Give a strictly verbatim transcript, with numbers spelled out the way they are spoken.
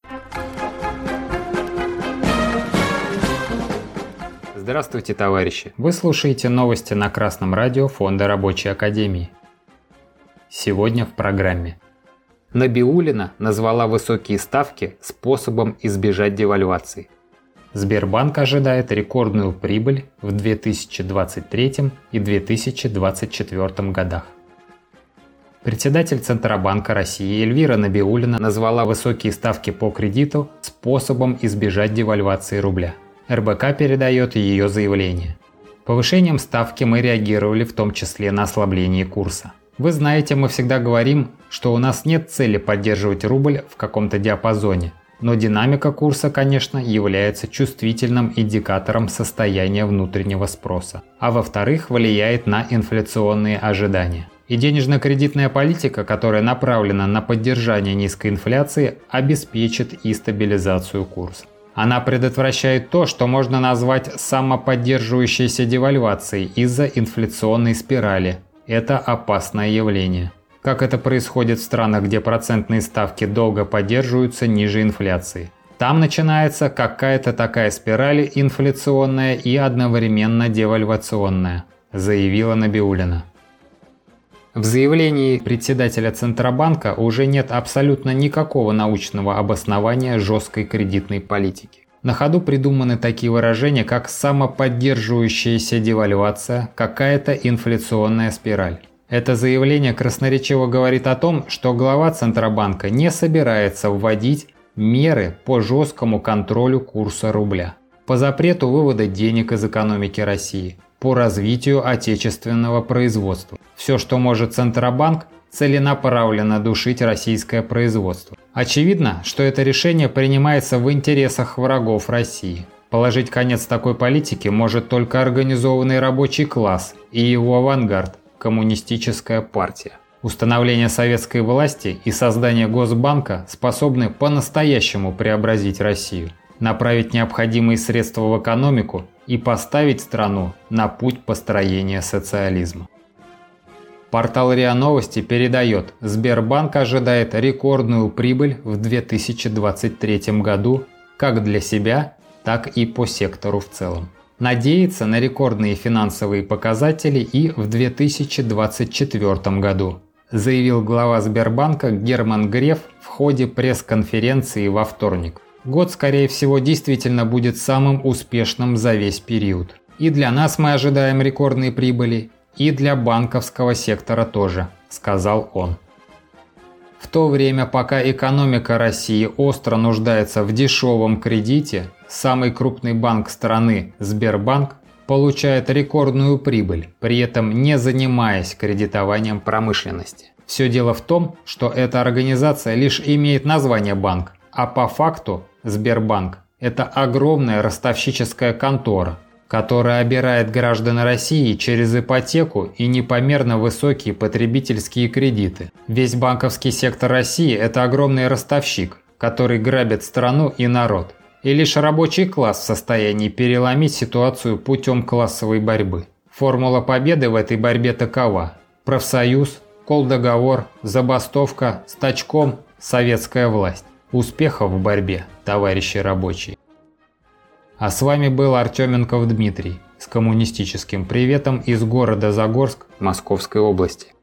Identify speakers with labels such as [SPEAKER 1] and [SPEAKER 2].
[SPEAKER 1] Здравствуйте, товарищи! Вы слушаете новости на Красном радио Фонда Рабочей Академии. Сегодня в программе. Набиуллина назвала высокие ставки способом избежать девальвации. Сбербанк ожидает рекордную прибыль в две тысячи двадцать третьем и две тысячи двадцать четвёртом годах. Председатель Центробанка России Эльвира Набиуллина назвала высокие ставки по кредиту способом избежать девальвации рубля. эр бэ ка передает ее заявление. Повышением ставки мы реагировали в том числе на ослабление курса. Вы знаете, мы всегда говорим, что у нас нет цели поддерживать рубль в каком-то диапазоне, но динамика курса, конечно, является чувствительным индикатором состояния внутреннего спроса, а во-вторых, влияет на инфляционные ожидания. И денежно-кредитная политика, которая направлена на поддержание низкой инфляции, обеспечит и стабилизацию курса. Она предотвращает то, что можно назвать самоподдерживающейся девальвацией из-за инфляционной спирали. Это опасное явление. Как это происходит в странах, где процентные ставки долго поддерживаются ниже инфляции. Там начинается какая-то такая спираль инфляционная и одновременно девальвационная, заявила Набиуллина. В заявлении председателя Центробанка уже нет абсолютно никакого научного обоснования жесткой кредитной политики. На ходу придуманы такие выражения, как самоподдерживающаяся девальвация, какая-то инфляционная спираль. Это заявление красноречиво говорит о том, что глава Центробанка не собирается вводить меры по жесткому контролю курса рубля, по запрету вывода денег из экономики России, по развитию отечественного производства. Все, что может Центробанк, целенаправленно душить российское производство. Очевидно, что это решение принимается в интересах врагов России. Положить конец такой политике может только организованный рабочий класс и его авангард – коммунистическая партия. Установление советской власти и создание Госбанка способны по-настоящему преобразить Россию, направить необходимые средства в экономику и поставить страну на путь построения социализма. Портал РИА Новости передает, Сбербанк ожидает рекордную прибыль в две тысячи двадцать третьем году как для себя, так и по сектору в целом. Надеется на рекордные финансовые показатели и в две тысячи двадцать четвёртом году, заявил глава Сбербанка Герман Греф в ходе пресс-конференции во вторник. Год, скорее всего, действительно будет самым успешным за весь период. И для нас мы ожидаем рекордной прибыли, и для банковского сектора тоже, сказал он. В то время, пока экономика России остро нуждается в дешевом кредите, самый крупный банк страны, Сбербанк, получает рекордную прибыль, при этом не занимаясь кредитованием промышленности. Все дело в том, что эта организация лишь имеет название банк, а по факту Сбербанк – это огромная ростовщическая контора, которая обирает граждан России через ипотеку и непомерно высокие потребительские кредиты. Весь банковский сектор России – это огромный ростовщик, который грабит страну и народ. И лишь рабочий класс в состоянии переломить ситуацию путем классовой борьбы. Формула победы в этой борьбе такова: профсоюз, колдоговор, забастовка, стачком, советская власть. Успехов в борьбе, товарищи рабочие! А с вами был Артеменков Дмитрий с коммунистическим приветом из города Загорск Московской области.